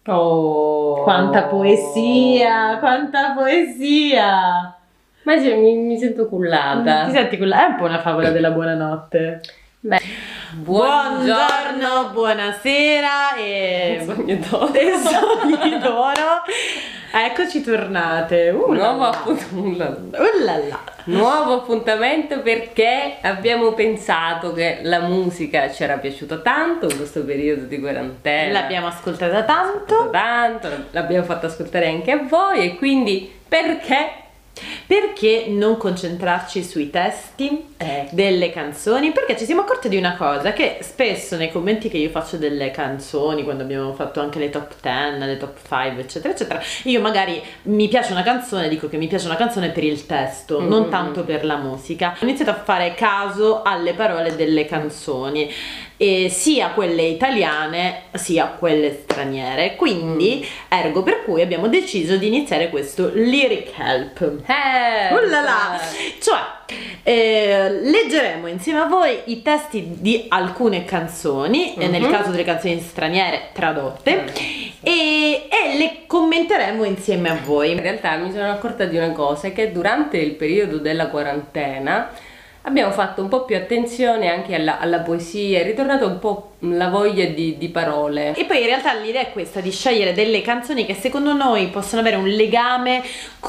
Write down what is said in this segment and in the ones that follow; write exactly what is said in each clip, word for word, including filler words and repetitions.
Oh, quanta poesia, quanta poesia! Ma cioè, mi, mi sento cullata. Ti senti quella? È un po' una favola della buonanotte. Beh, buongiorno, buonasera e sogno d'oro. e sogni d'oro. Eccoci tornate. Uh, Nuovo, là, appuntamento. uh, là, là. Nuovo appuntamento perché abbiamo pensato che la musica ci era piaciuta tanto in questo periodo di quarantena. L'abbiamo ascoltata tanto. Ascoltato tanto, l'abbiamo fatto ascoltare anche a voi e quindi perché? Perché non concentrarci sui testi Eh. delle canzoni? Perché ci siamo accorti di una cosa, che spesso nei commenti che io faccio delle canzoni, quando abbiamo fatto anche le top dieci, le top cinque, eccetera, eccetera, io magari mi piace una canzone, dico che mi piace una canzone per il testo, Mm-hmm. non tanto per la musica. Ho iniziato a fare caso alle parole delle canzoni, e sia quelle italiane sia quelle straniere, quindi Mm. ergo per cui abbiamo deciso di iniziare questo Lyric Help. Eh, Oh là là. Cioè eh, leggeremo insieme a voi i testi di alcune canzoni, Mhm. nel caso delle canzoni straniere tradotte, Eh, sì. e, e le commenteremo insieme a voi. In realtà mi sono accorta di una cosa, che durante il periodo della quarantena abbiamo fatto un po' più attenzione anche alla, alla poesia, è ritornata un po' la voglia di, di parole. E poi in realtà l'idea è questa, di scegliere delle canzoni che secondo noi possono avere un legame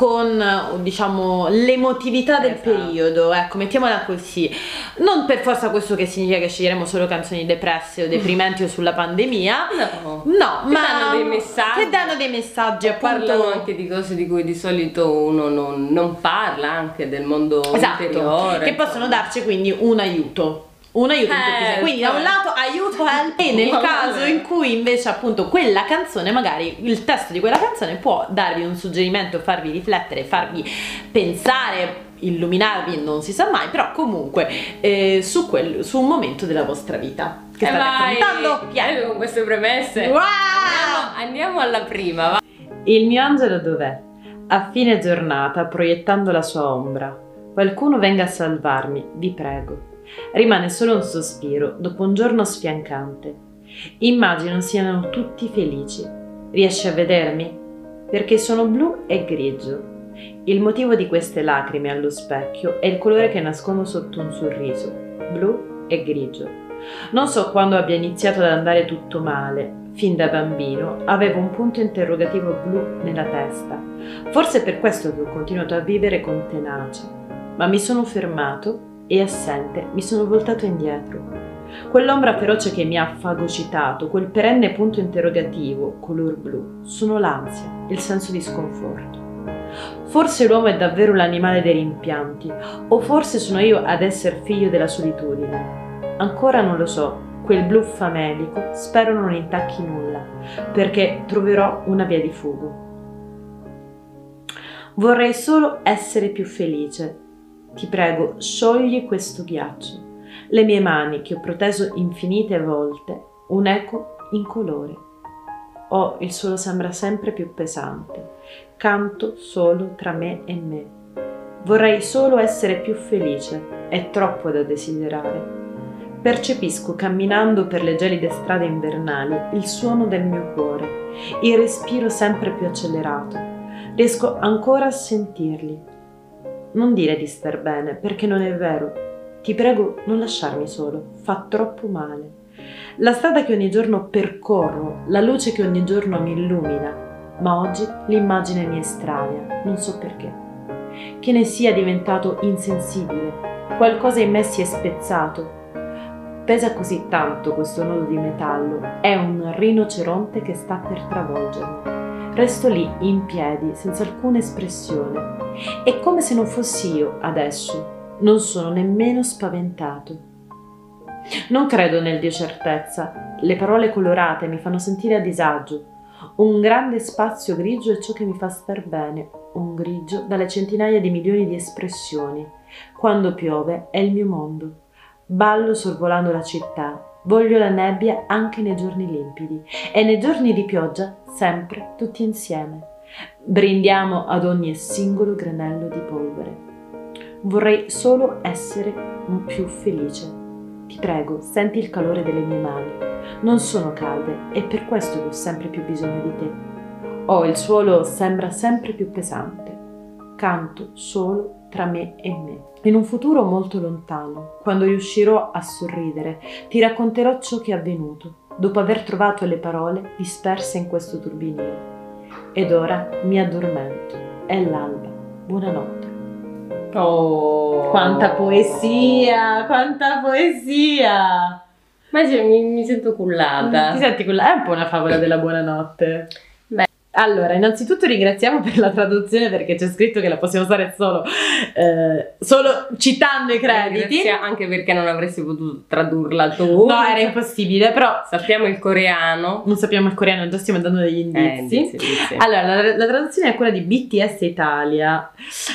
con, diciamo, l'emotività del Esatto. periodo, ecco, mettiamola così. Non per forza questo che significa che sceglieremo solo canzoni depresse o deprimenti o sulla pandemia. No, No, che ma danno dei messaggi, che danno dei messaggi, o appunto. parlano anche di cose di cui di solito uno non, non parla, anche del mondo Esatto, interiore, che possono darci quindi un aiuto. Un aiuto in tutti i sensi. Quindi da un lato aiuto, help, e nel caso in cui invece appunto quella canzone, magari il testo di quella canzone può darvi un suggerimento, farvi riflettere, farvi pensare, illuminarvi, non si sa mai, però comunque eh, su, quel, su un momento della vostra vita che E state vai, affrontando. eh, con queste premesse. Wow! Andiamo, andiamo alla prima, va. Il mio angelo dov'è? A fine giornata, proiettando la sua ombra. Qualcuno venga a salvarmi, vi prego. Rimane solo un sospiro dopo un giorno sfiancante. Immagino siano tutti felici. Riesci a vedermi? Perché sono blu e grigio. Il motivo di queste lacrime allo specchio è il colore che nascondo sotto un sorriso, blu e grigio. Non so quando abbia iniziato ad andare tutto male. Fin da bambino avevo un punto interrogativo blu nella testa. Forse è per questo che ho continuato a vivere con tenacia. Ma mi sono fermato e assente mi sono voltato indietro. Quell'ombra feroce che mi ha fagocitato, quel perenne punto interrogativo, color blu, sono l'ansia, il senso di sconforto. Forse l'uomo è davvero l'animale dei rimpianti, o forse sono io ad essere figlio della solitudine. Ancora non lo so, quel blu famelico spero non intacchi nulla, perché troverò una via di fuga. Vorrei solo essere più felice. Ti prego, sciogli questo ghiaccio. Le mie mani, che ho proteso infinite volte, un'eco incolore. Oh, il suolo sembra sempre più pesante. Canto solo tra me e me. Vorrei solo essere più felice. È troppo da desiderare. Percepisco, camminando per le gelide strade invernali, il suono del mio cuore, il respiro sempre più accelerato. Riesco ancora a sentirli. Non dire di star bene, perché non è vero. Ti prego, non lasciarmi solo, fa troppo male. La strada che ogni giorno percorro, la luce che ogni giorno mi illumina, ma oggi l'immagine mi estranea, non so perché. Che ne sia diventato insensibile, qualcosa in me si è spezzato. Pesa così tanto questo nodo di metallo, è un rinoceronte che sta per travolgermi. Resto lì, in piedi, senza alcuna espressione. È come se non fossi io adesso. Non sono nemmeno spaventato. Non credo nel Dio certezza. Le parole colorate mi fanno sentire a disagio. Un grande spazio grigio è ciò che mi fa star bene. Un grigio dalle centinaia di milioni di espressioni. Quando piove è il mio mondo. Ballo sorvolando la città. Voglio la nebbia anche nei giorni limpidi e nei giorni di pioggia sempre tutti insieme. Brindiamo ad ogni singolo granello di polvere. Vorrei solo essere più felice. Ti prego, senti il calore delle mie mani. Non sono calde e per questo che ho sempre più bisogno di te. Oh, il suolo sembra sempre più pesante. Canto solo tra me e me. In un futuro molto lontano, quando riuscirò a sorridere, ti racconterò ciò che è avvenuto, dopo aver trovato le parole disperse in questo turbinio. Ed ora mi addormento. È l'alba. Buonanotte. Oh, Quanta poesia! Quanta poesia! ma cioè, mi, mi sento cullata. Ti senti quella? È un po' una favola della buonanotte. Beh. Allora, innanzitutto ringraziamo per la traduzione perché c'è scritto che la possiamo usare solo, eh, solo citando i crediti. Grazie, anche perché non avresti potuto tradurla tu. No, era impossibile, però sappiamo il coreano. non sappiamo il coreano, già stiamo dando degli indizi. Eh, indizi, indizi. Allora, la, la traduzione è quella di B T S Italia.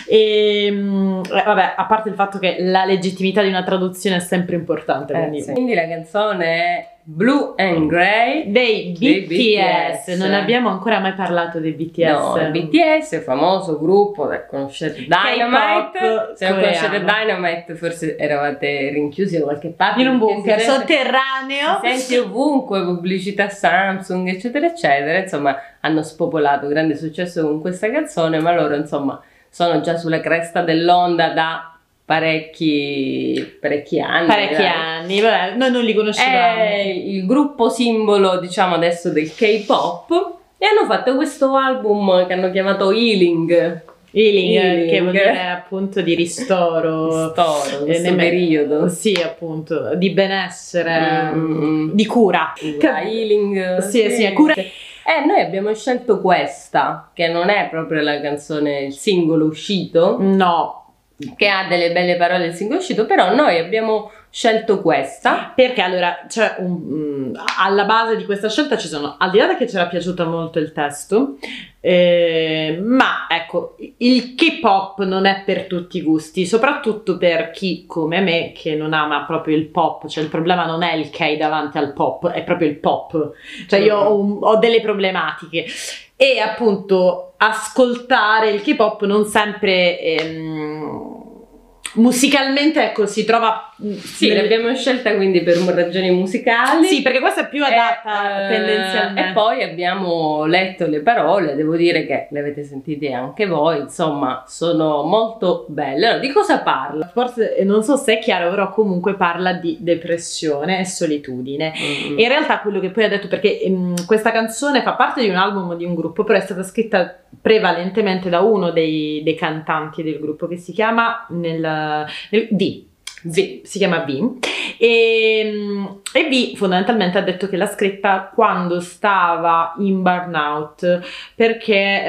E mh, vabbè, a parte il fatto che la legittimità di una traduzione è sempre importante. Eh, Quindi, sì. Quindi la canzone è Blue and Grey dei B T S. dei B T S. Non abbiamo ancora mai parlato dei B T S. No, il B T S, famoso gruppo, eh, conoscete Dynamite. K-pop Se non coreano. conoscete Dynamite forse eravate rinchiusi da qualche parte. In un perché bunker si sente- sotterraneo. si sente ovunque pubblicità Samsung eccetera eccetera, insomma hanno spopolato, grande successo con questa canzone, ma loro insomma sono già sulla cresta dell'onda da parecchi parecchi anni. Parecchi dai. anni, vabbè, noi non li conoscevamo. È il gruppo simbolo, diciamo adesso, del K-pop, e hanno fatto questo album che hanno chiamato Healing. Healing, Healing. che vuol dire appunto di ristoro, Ristoro, eh, questo nel- periodo. Sì, appunto, di benessere, Mm. di cura. La Healing. Sì, sì, è cura. Eh, noi abbiamo scelto questa, che non è proprio la canzone, il singolo uscito, No, che ha delle belle parole il singolo uscito, però noi abbiamo scelto questa. perché allora, cioè, un- mm, alla base di questa scelta ci sono, al di là che ci era piaciuto molto il testo, eh, ma ecco, il K-pop non è per tutti i gusti, soprattutto per chi come me che non ama proprio il pop, cioè il problema non è il K davanti al pop, è proprio il pop, cioè io ho, un- ho delle problematiche. E appunto ascoltare il K-pop non sempre ehm, musicalmente, ecco, si trova. Sì, nelle- l'abbiamo scelta quindi per ragioni musicali. Sì, perché questa è più adatta Eh, tendenzialmente. E poi abbiamo letto le parole, devo dire che le avete sentite anche voi, insomma, sono molto belle. Allora, di cosa parla? Forse eh, non so se è chiaro, però comunque parla di depressione e solitudine. Mm. E in realtà quello che poi ha detto, perché ehm, questa canzone fa parte di un album di un gruppo, però è stata scritta prevalentemente da uno dei, dei cantanti del gruppo che si chiama nel, nel V. V, si chiama V. E, e V fondamentalmente ha detto che l'ha scritta quando stava in burnout perché,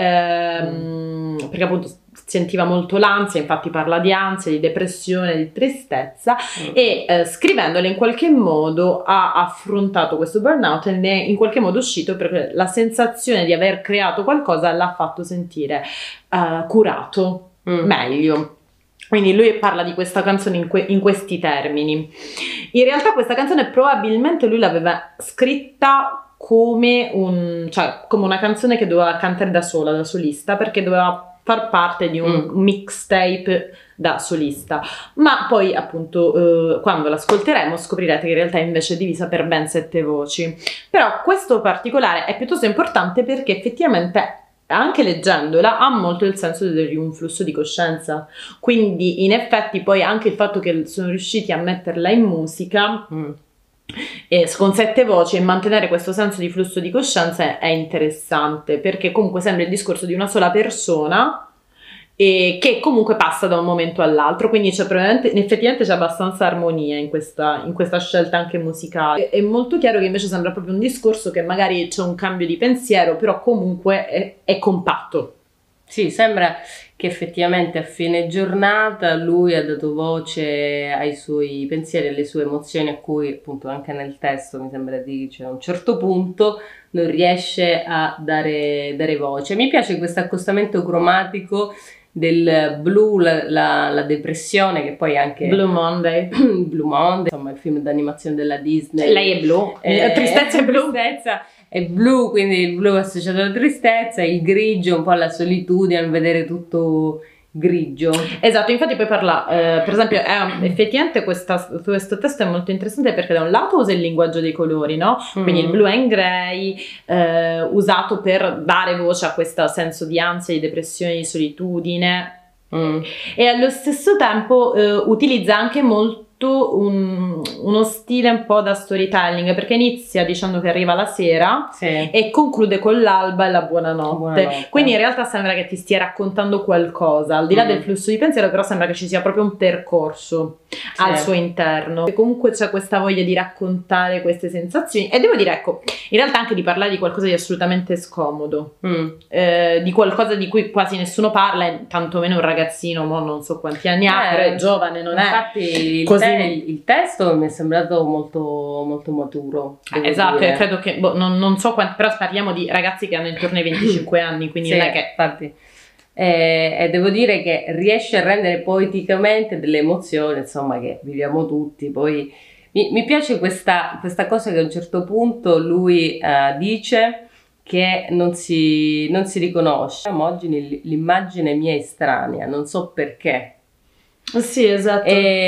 ehm, perché appunto sentiva molto l'ansia, infatti parla di ansia, di depressione, di tristezza Mm. e eh, scrivendola in qualche modo ha affrontato questo burnout e ne è in qualche modo uscito perché la sensazione di aver creato qualcosa l'ha fatto sentire eh, curato Mm. meglio. Quindi lui parla di questa canzone in, que- in questi termini. In realtà questa canzone probabilmente lui l'aveva scritta come, un, cioè, come una canzone che doveva cantare da sola, da solista, perché doveva far parte di un Mm. mixtape da solista. Ma poi appunto eh, quando l'ascolteremo scoprirete che in realtà invece è divisa per ben sette voci. Però questo particolare è piuttosto importante perché effettivamente anche leggendola ha molto il senso di un flusso di coscienza, quindi in effetti poi anche il fatto che sono riusciti a metterla in musica Mm. e con sette voci e mantenere questo senso di flusso di coscienza è interessante perché comunque sembra il discorso di una sola persona e che comunque passa da un momento all'altro, quindi c'è probabilmente, effettivamente c'è abbastanza armonia in questa, in questa scelta anche musicale. È molto chiaro che invece sembra proprio un discorso che magari c'è un cambio di pensiero, però comunque è, è compatto. Sì, sembra che effettivamente a fine giornata lui ha dato voce ai suoi pensieri, alle sue emozioni a cui appunto anche nel testo mi sembra di cioè, a un certo punto non riesce a dare, dare voce. Mi piace questo accostamento cromatico del blu, la, la, la depressione, che poi anche Blue Monday. Blue Monday, insomma il film d'animazione della Disney. Lei è blu, Eh, tristezza è blu. Tristezza è blu, quindi il blu è associato alla tristezza, il grigio un po' alla solitudine, al vedere tutto grigio. Esatto, infatti poi parla, eh, per esempio, è, effettivamente questa, questo testo è molto interessante perché da un lato usa il linguaggio dei colori, no? Quindi Mm. il blu and grey, eh, usato per dare voce a questo senso di ansia, di depressione, di solitudine, Mm. e allo stesso tempo eh, utilizza anche molto un- uno stile un po' da storytelling, perché inizia dicendo che arriva la sera Sì. e conclude con l'alba e la buonanotte. Buonanotte. Quindi in realtà sembra che ti stia raccontando qualcosa, al di là Mm. del flusso di pensiero, però sembra che ci sia proprio un percorso al suo interno. E comunque c'è questa voglia di raccontare queste sensazioni e devo dire, ecco, in realtà anche di parlare di qualcosa di assolutamente scomodo, Mm. eh, di qualcosa di cui quasi nessuno parla, e tantomeno un ragazzino, mo non so quanti anni ha, Eh, però è giovane, non è infatti il, così. te- il- il testo mi è sembrato molto, molto maturo. Eh, devo esatto, dire. e credo che, boh, non, non so quanti, però parliamo di ragazzi che hanno intorno ai venticinque anni, quindi Sì, non è che... infatti. E, e devo dire che riesce a rendere poeticamente delle emozioni, insomma, che viviamo tutti. Poi mi, mi piace questa, questa cosa che a un certo punto lui eh, dice che non si, non si riconosce. Oggi l- l'immagine mia è estranea, non so perché. Sì, esatto.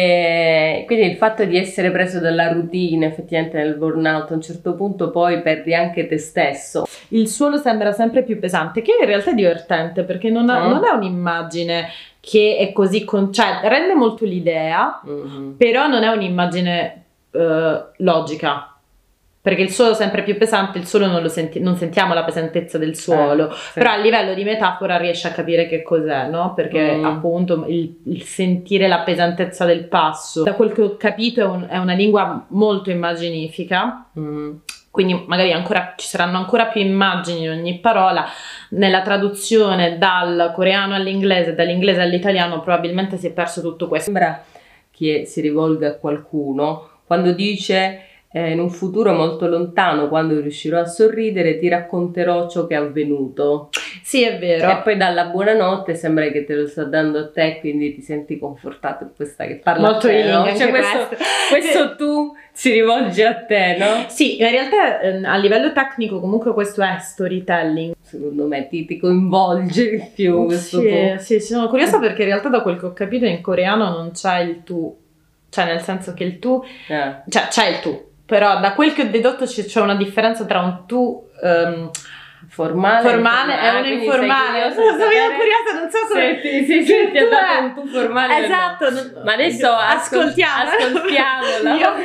E quindi il fatto di essere preso dalla routine, effettivamente nel burnout, a un certo punto poi perdi anche te stesso. Il suolo sembra sempre più pesante, che in realtà è divertente perché non, ha- Mm. non è un'immagine che è così, con- cioè rende molto l'idea, Mhm. però non è un'immagine eh, logica. Perché il suolo è sempre più pesante, il suolo non lo senti- non sentiamo la pesantezza del suolo, Eh, sì. però a livello di metafora riesci a capire che cos'è, no? Perché Mm. appunto il, il sentire la pesantezza del passo, da quel che ho capito è, un- è una lingua molto immaginifica, Mm. quindi magari ancora, ci saranno ancora più immagini in ogni parola. Nella traduzione dal coreano all'inglese, dall'inglese all'italiano probabilmente si è perso tutto questo. Sembra che si rivolga a qualcuno quando dice eh, in un futuro molto lontano, quando riuscirò a sorridere, ti racconterò ciò che è avvenuto. Sì, è vero. E poi dalla buonanotte sembra che te lo sta dando a te, quindi ti senti confortato in questa che parla Molto a te, healing no? anche Cioè questo, questo. questo tu si rivolge a te, no? Sì, in realtà eh, a livello tecnico comunque questo è storytelling. Secondo me ti, ti coinvolge di più questo Sì, tu. sì, sono curiosa perché in realtà da quel che ho capito in coreano non c'è il tu, cioè nel senso che il tu, Eh. cioè c'è il tu, però da quel che ho dedotto c'è, c'è una differenza tra un tu ehm, Formale, formale e uno quindi sei informale. curiosa Sono di io sapere curiosa, non so come... se ti, sì, sì, che ti ha tu dato è. un tu formale o no. Esatto. non- Ma adesso ascol- ascoltiamo. ascoltiamola. Io-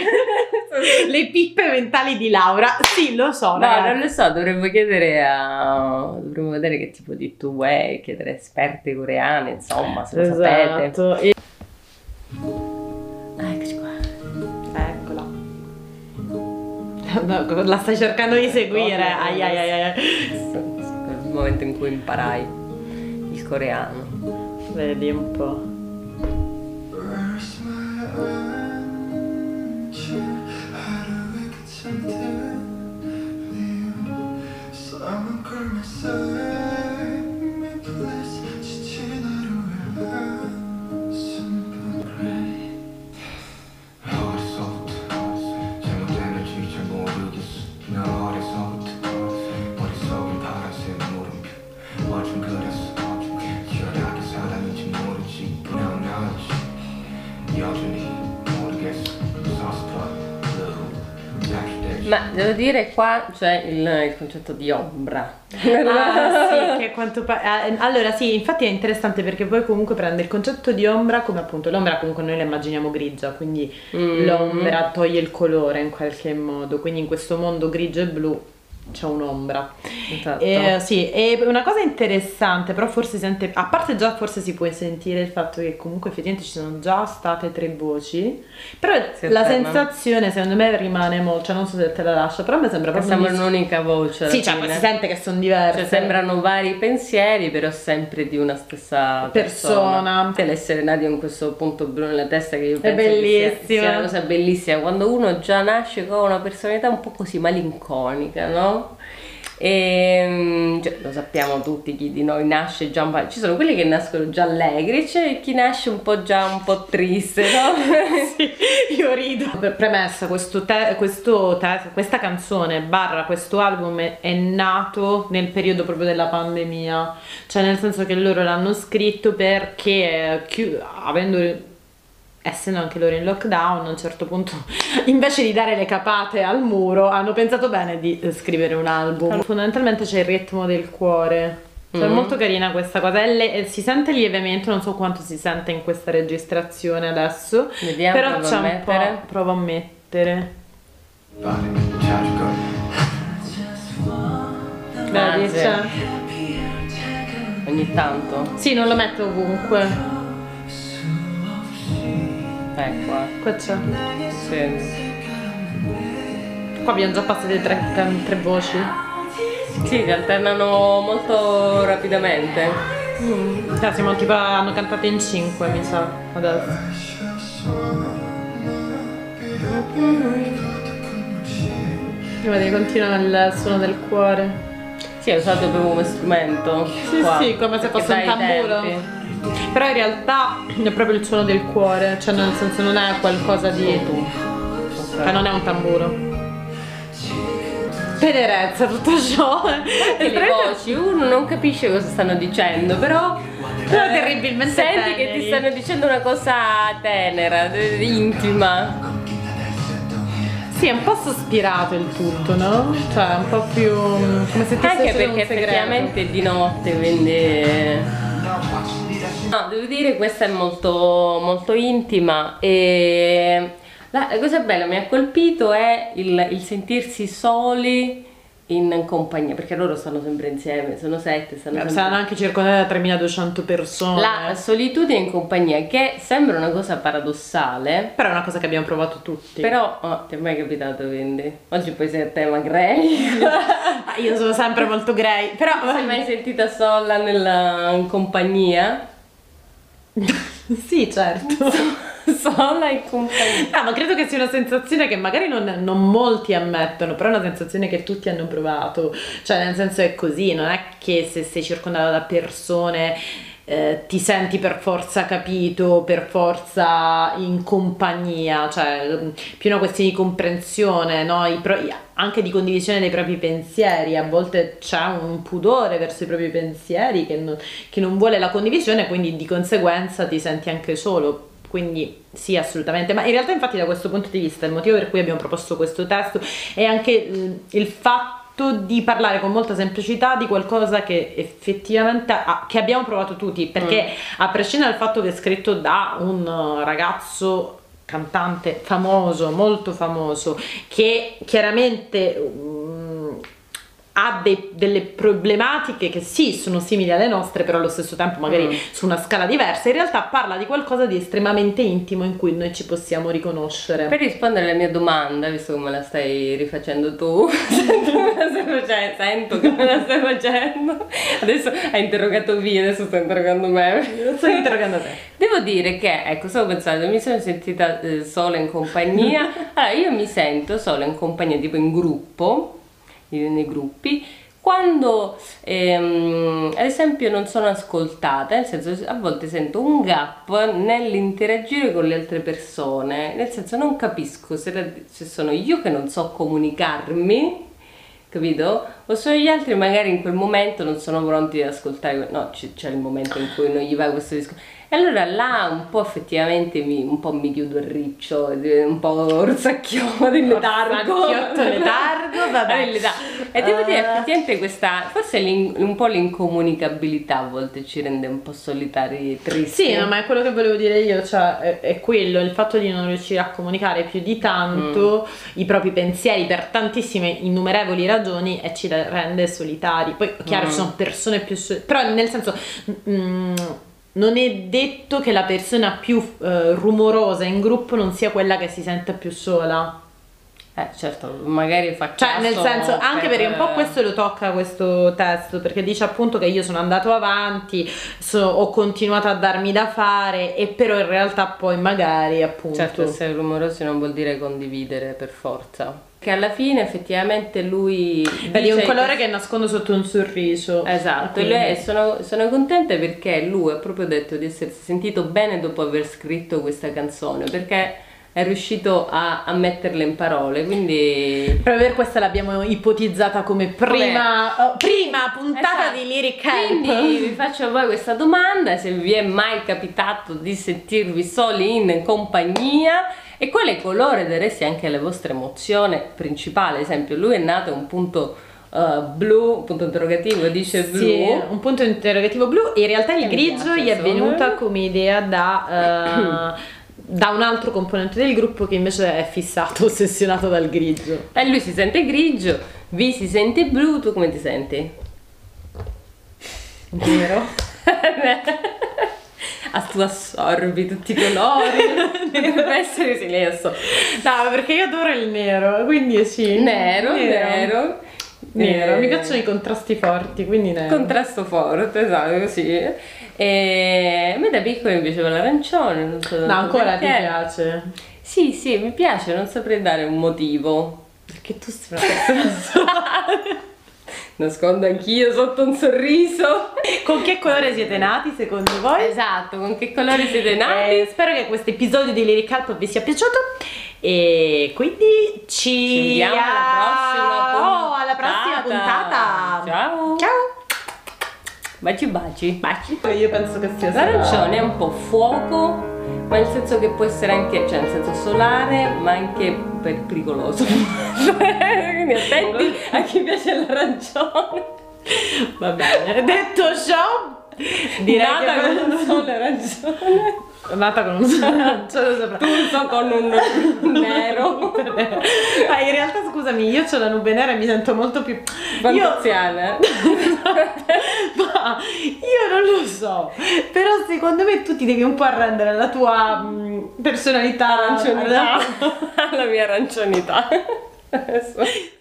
Le pippe mentali di Laura. Sì, lo so, No, ragazzi. non lo so, dovremmo chiedere a... dovremmo vedere che tipo di tu è, chiedere a esperte coreane, insomma, se lo sapete. Esatto. E- Ah, eccoci qua. Eccola. No, la stai cercando di seguire. Ai ai ai ai. Il momento in cui imparai il coreano. Vedi un po'. Ma devo dire qua c'è il, il concetto di ombra. Ah, sì, che a quanto pa- eh, allora sì, infatti è interessante perché poi comunque prende il concetto di ombra come appunto l'ombra comunque noi la immaginiamo grigia, quindi Mm. l'ombra toglie il colore in qualche modo, quindi in questo mondo grigio e blu c'è un'ombra. Esatto. Eh, sì, e una cosa interessante, però forse si sente, a parte già forse si può sentire il fatto che comunque effettivamente ci sono già state tre voci, però Si la alternano. sensazione secondo me rimane molto, cioè non so se te la lascio, però a me sembra Che proprio sembra un- un'unica voce. alla Sì, cioè fine. poi si sente che sono diverse. Cioè sembrano vari pensieri, però sempre di una stessa persona. Persona. Sì, l'essere nati con questo punto blu nella testa che io È penso che sia, bellissimo. sia una cosa bellissima. Quando uno già nasce con una personalità un po' così malinconica, no? E cioè, lo sappiamo tutti, chi di noi nasce già un po', ci sono quelli che nascono già allegri, c'è chi nasce un po' già un po' triste, no? Sì, io rido. Per premessa, questo te, questo te, questa canzone barra questo album è, è nato nel periodo proprio della pandemia, cioè nel senso che loro l'hanno scritto perché chi, avendo essendo anche loro in lockdown, a un certo punto invece di dare le capate al muro hanno pensato bene di scrivere un album. Fondamentalmente c'è il ritmo del cuore, cioè mm-hmm. è molto carina questa cosa, le, si sente lievemente, non so quanto si sente in questa registrazione adesso. Vediamo, però c'è un po', provo a mettere, vedi, sì. C'è Ogni tanto, sì, non lo metto ovunque. Eh, qua. Qua c'è. Sì. Qua abbiamo già passate tre, tre voci. Sì, si alternano molto rapidamente. Mm. Cioè, siamo tipo, hanno cantato in cinque, mi sa, adesso. Vedi, continua il suono del cuore. Sì, è usato proprio come strumento. Sì, qua, sì, come se fosse un tamburo. Tempi. Però in realtà è proprio il suono del cuore, cioè nel senso non è qualcosa di... Okay. Cioè non è un tamburo. Tenerezza tutto ciò. E le voci, uno non capisce cosa stanno dicendo, però... Però eh, terribilmente senti teneri. Che ti stanno dicendo una cosa tenera, intima. Sì, è un po' sospirato il tutto, no? Cioè un po' più... come se ti anche perché effettivamente è di notte, quindi... No, devo dire questa è molto, molto intima e la, la cosa bella mi ha colpito è il, il sentirsi soli in compagnia, perché loro stanno sempre insieme, sono sette, stanno sempre... saranno anche circondati da tremiladuecento persone. La solitudine in compagnia, che sembra una cosa paradossale, però è una cosa che abbiamo provato tutti. Però, oh, ti è mai capitato quindi? Oggi poi sei a tema grey. Io sono sempre molto grey, però... Ti sei mai sentita sola nella in compagnia? Sì, certo. Sola in compagnia. No, ma credo che sia una sensazione che magari non, non molti ammettono, però è una sensazione che tutti hanno provato. Cioè, nel senso è così, non è che se sei circondato da persone eh, ti senti per forza capito, per forza in compagnia, cioè più una questione di comprensione, no? I pro- anche di condivisione dei propri pensieri. A volte c'è un pudore verso i propri pensieri che non, che non vuole la condivisione, quindi di conseguenza ti senti anche solo. Quindi sì, assolutamente, ma in realtà infatti da questo punto di vista il motivo per cui abbiamo proposto questo testo è anche il, il fatto di parlare con molta semplicità di qualcosa che effettivamente ha, che abbiamo provato tutti, perché mm. a prescindere dal fatto che è scritto da un ragazzo cantante famoso, molto famoso, che chiaramente um, ha dei, delle problematiche che sì sono simili alle nostre, però allo stesso tempo magari mm. su una scala diversa, in realtà parla di qualcosa di estremamente intimo in cui noi ci possiamo riconoscere. Per rispondere alla mia domanda, visto che me la stai rifacendo tu, sento, me la stai facendo, sento che me la stai facendo, adesso hai interrogato via, adesso sto interrogando me. Sto interrogando te. Devo dire che, ecco, stavo pensando, mi sono sentita eh, sola in compagnia. Allora, io mi sento sola in compagnia, tipo in gruppo, nei gruppi, quando ehm, ad esempio non sono ascoltata, nel senso a volte sento un gap nell'interagire con le altre persone, nel senso non capisco se, se sono io che non so comunicarmi, capito? O sono gli altri magari in quel momento non sono pronti ad ascoltare, no, c'è il momento in cui non gli va questo discorso. E allora là un po' effettivamente mi, un po' mi chiudo il riccio, un po' orsacchiotto del letargo. Orsacchiotto letargo, vabbè. E devo dire effettivamente questa, forse un po' l'incomunicabilità a volte ci rende un po' solitari e tristi. Sì, no, ma è quello che volevo dire io, cioè è, è quello, il fatto di non riuscire a comunicare più di tanto mm. i propri pensieri per tantissime innumerevoli ragioni e ci rende solitari. Poi chiaro mm. ci sono persone più solitarie, però nel senso... Mm, non è detto che la persona più eh, rumorosa in gruppo non sia quella che si sente più sola. Eh certo, magari fa caso. Cioè nel senso, anche per... perché un po' questo lo tocca questo testo, perché dice appunto che io sono andato avanti, so, ho continuato a darmi da fare, e però in realtà poi magari appunto... Certo, essere rumorosi non vuol dire condividere per forza. Che alla fine effettivamente lui vedi un colore che... che nasconde sotto un sorriso. Esatto, quindi... e lei, sono, sono contenta perché lui ha proprio detto di essersi sentito bene dopo aver scritto questa canzone, perché è riuscito a, a metterle in parole, quindi proprio per questa l'abbiamo ipotizzata come prima, come... oh, prima puntata, esatto, di Lyric Help. Quindi vi faccio a voi questa domanda: se vi è mai capitato di sentirvi soli in compagnia, e quale colore daresti anche alle vostre emozioni principali? Ad esempio, lui è nato un punto uh, blu, punto interrogativo, dice blu. Sì, un punto interrogativo blu, e in realtà il grigio gli è venuta come idea da, uh, da un altro componente del gruppo che invece è fissato, ossessionato dal grigio. E lui si sente grigio, Vi si sente blu, tu come ti senti? Nero. Ah, tu assorbi tutti i colori. Deve essere silenzio. No, perché io adoro il nero, quindi sì. Nero, nero. Nero, mi piacciono i contrasti forti, quindi nero. Contrasto forte, esatto, sì. E a me da piccola mi piaceva l'arancione, non so. No, ancora perché. Ti piace? Sì, sì, mi piace, non saprei dare un motivo. Perché tu sei una persona Nascondo anch'io sotto un sorriso. Con che colore siete nati secondo voi? Esatto, con che colore siete nati? Eh, spero che questo episodio di Lyric Help vi sia piaciuto. E quindi ci, ci vediamo alla prossima puntata. Oh, alla prossima puntata. Ciao. Ciao. Baci baci. Baci. Io penso che sia l'arancione è un po' fuoco, ma nel senso che può essere anche, cioè nel senso solare, ma anche per pericoloso. Quindi attenti a chi piace l'arancione. Va bene. Detto ciò, direi nata che con un sole arancione. Nata con un sole arancione sopra. Tutto con un nero. Ma in realtà scusami, io ho la nube nera e mi sento molto più fantaziale. Ma io non lo so, però secondo me tu ti devi un po' arrendere alla tua mh, personalità, arancione, alla mia arancianità. Adesso.